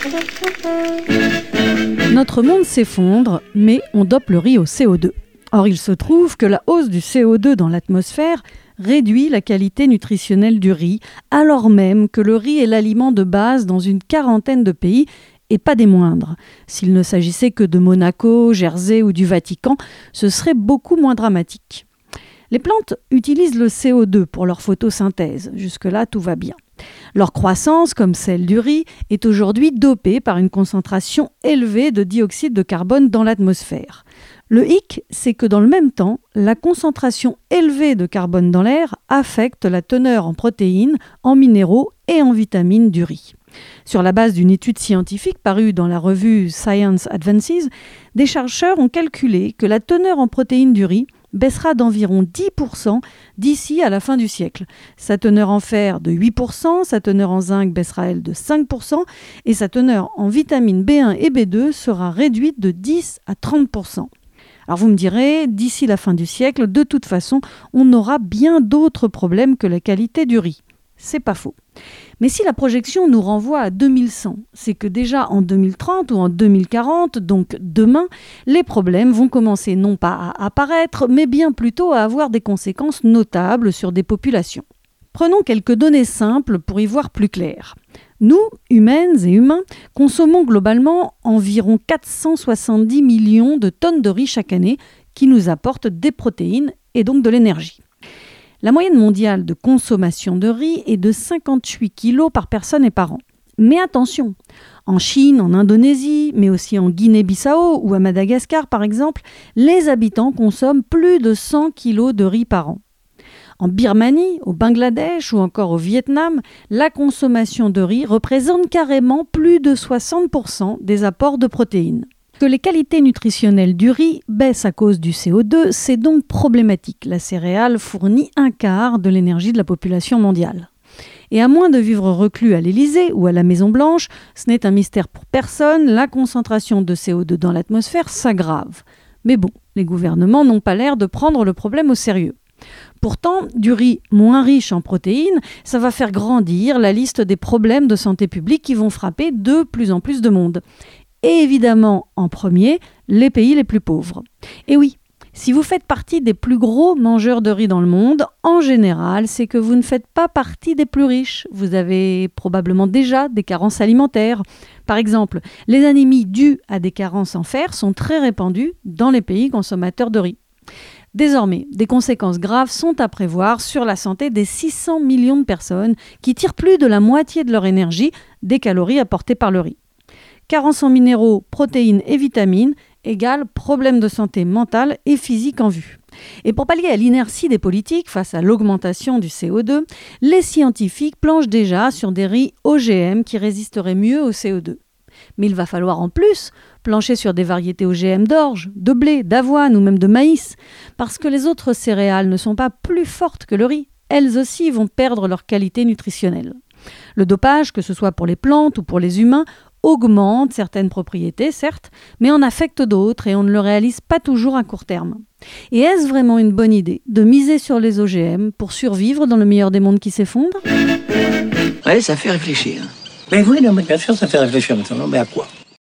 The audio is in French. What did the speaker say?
Notre monde s'effondre, mais on dope le riz au CO2. Or, il se trouve que la hausse du CO2 dans l'atmosphère réduit la qualité nutritionnelle du riz, alors même que le riz est l'aliment de base dans une quarantaine de pays, et pas des moindres. S'il ne s'agissait que de Monaco, Jersey ou du Vatican, ce serait beaucoup moins dramatique. Les plantes utilisent le CO2 pour leur photosynthèse. Jusque-là, tout va bien. Leur croissance, comme celle du riz, est aujourd'hui dopée par une concentration élevée de dioxyde de carbone dans l'atmosphère. Le hic, c'est que dans le même temps, la concentration élevée de carbone dans l'air affecte la teneur en protéines, en minéraux et en vitamines du riz. Sur la base d'une étude scientifique parue dans la revue Science Advances, des chercheurs ont calculé que la teneur en protéines du riz baissera d'environ 10% d'ici à la fin du siècle. Sa teneur en fer de 8%, sa teneur en zinc baissera elle de 5% et sa teneur en vitamines B1 et B2 sera réduite de 10 à 30%. Alors vous me direz, d'ici la fin du siècle, de toute façon, on aura bien d'autres problèmes que la qualité du riz. C'est pas faux. Mais si la projection nous renvoie à 2100, c'est que déjà en 2030 ou en 2040, donc demain, les problèmes vont commencer non pas à apparaître, mais bien plutôt à avoir des conséquences notables sur des populations. Prenons quelques données simples pour y voir plus clair. Nous, humaines et humains, consommons globalement environ 470 millions de tonnes de riz chaque année qui nous apportent des protéines et donc de l'énergie. La moyenne mondiale de consommation de riz est de 58 kg par personne et par an. Mais attention, en Chine, en Indonésie, mais aussi en Guinée-Bissau ou à Madagascar par exemple, les habitants consomment plus de 100 kg de riz par an. En Birmanie, au Bangladesh ou encore au Vietnam, la consommation de riz représente carrément plus de 60% des apports de protéines. Que les qualités nutritionnelles du riz baissent à cause du CO2, c'est donc problématique. La céréale fournit un quart de l'énergie de la population mondiale. Et à moins de vivre reclus à l'Élysée ou à la Maison-Blanche, ce n'est un mystère pour personne, la concentration de CO2 dans l'atmosphère s'aggrave. Mais bon, les gouvernements n'ont pas l'air de prendre le problème au sérieux. Pourtant, du riz moins riche en protéines, ça va faire grandir la liste des problèmes de santé publique qui vont frapper de plus en plus de monde. Et évidemment, en premier, les pays les plus pauvres. Et oui, si vous faites partie des plus gros mangeurs de riz dans le monde, en général, c'est que vous ne faites pas partie des plus riches. Vous avez probablement déjà des carences alimentaires. Par exemple, les anémies dues à des carences en fer sont très répandues dans les pays consommateurs de riz. Désormais, des conséquences graves sont à prévoir sur la santé des 600 millions de personnes qui tirent plus de la moitié de leur énergie des calories apportées par le riz. Carence en minéraux, protéines et vitamines égale problème de santé mentale et physique en vue. Et pour pallier à l'inertie des politiques face à l'augmentation du CO2, les scientifiques planchent déjà sur des riz OGM qui résisteraient mieux au CO2. Mais il va falloir en plus plancher sur des variétés OGM d'orge, de blé, d'avoine ou même de maïs, parce que les autres céréales ne sont pas plus fortes que le riz. Elles aussi vont perdre leur qualité nutritionnelle. Le dopage, que ce soit pour les plantes ou pour les humains, augmente certaines propriétés, certes, mais en affecte d'autres et on ne le réalise pas toujours à court terme. Et est-ce vraiment une bonne idée de miser sur les OGM pour survivre dans le meilleur des mondes qui s'effondre ? Ouais, ça fait réfléchir. Mais oui, non, mais bien sûr, ça fait réfléchir maintenant. Mais à quoi ?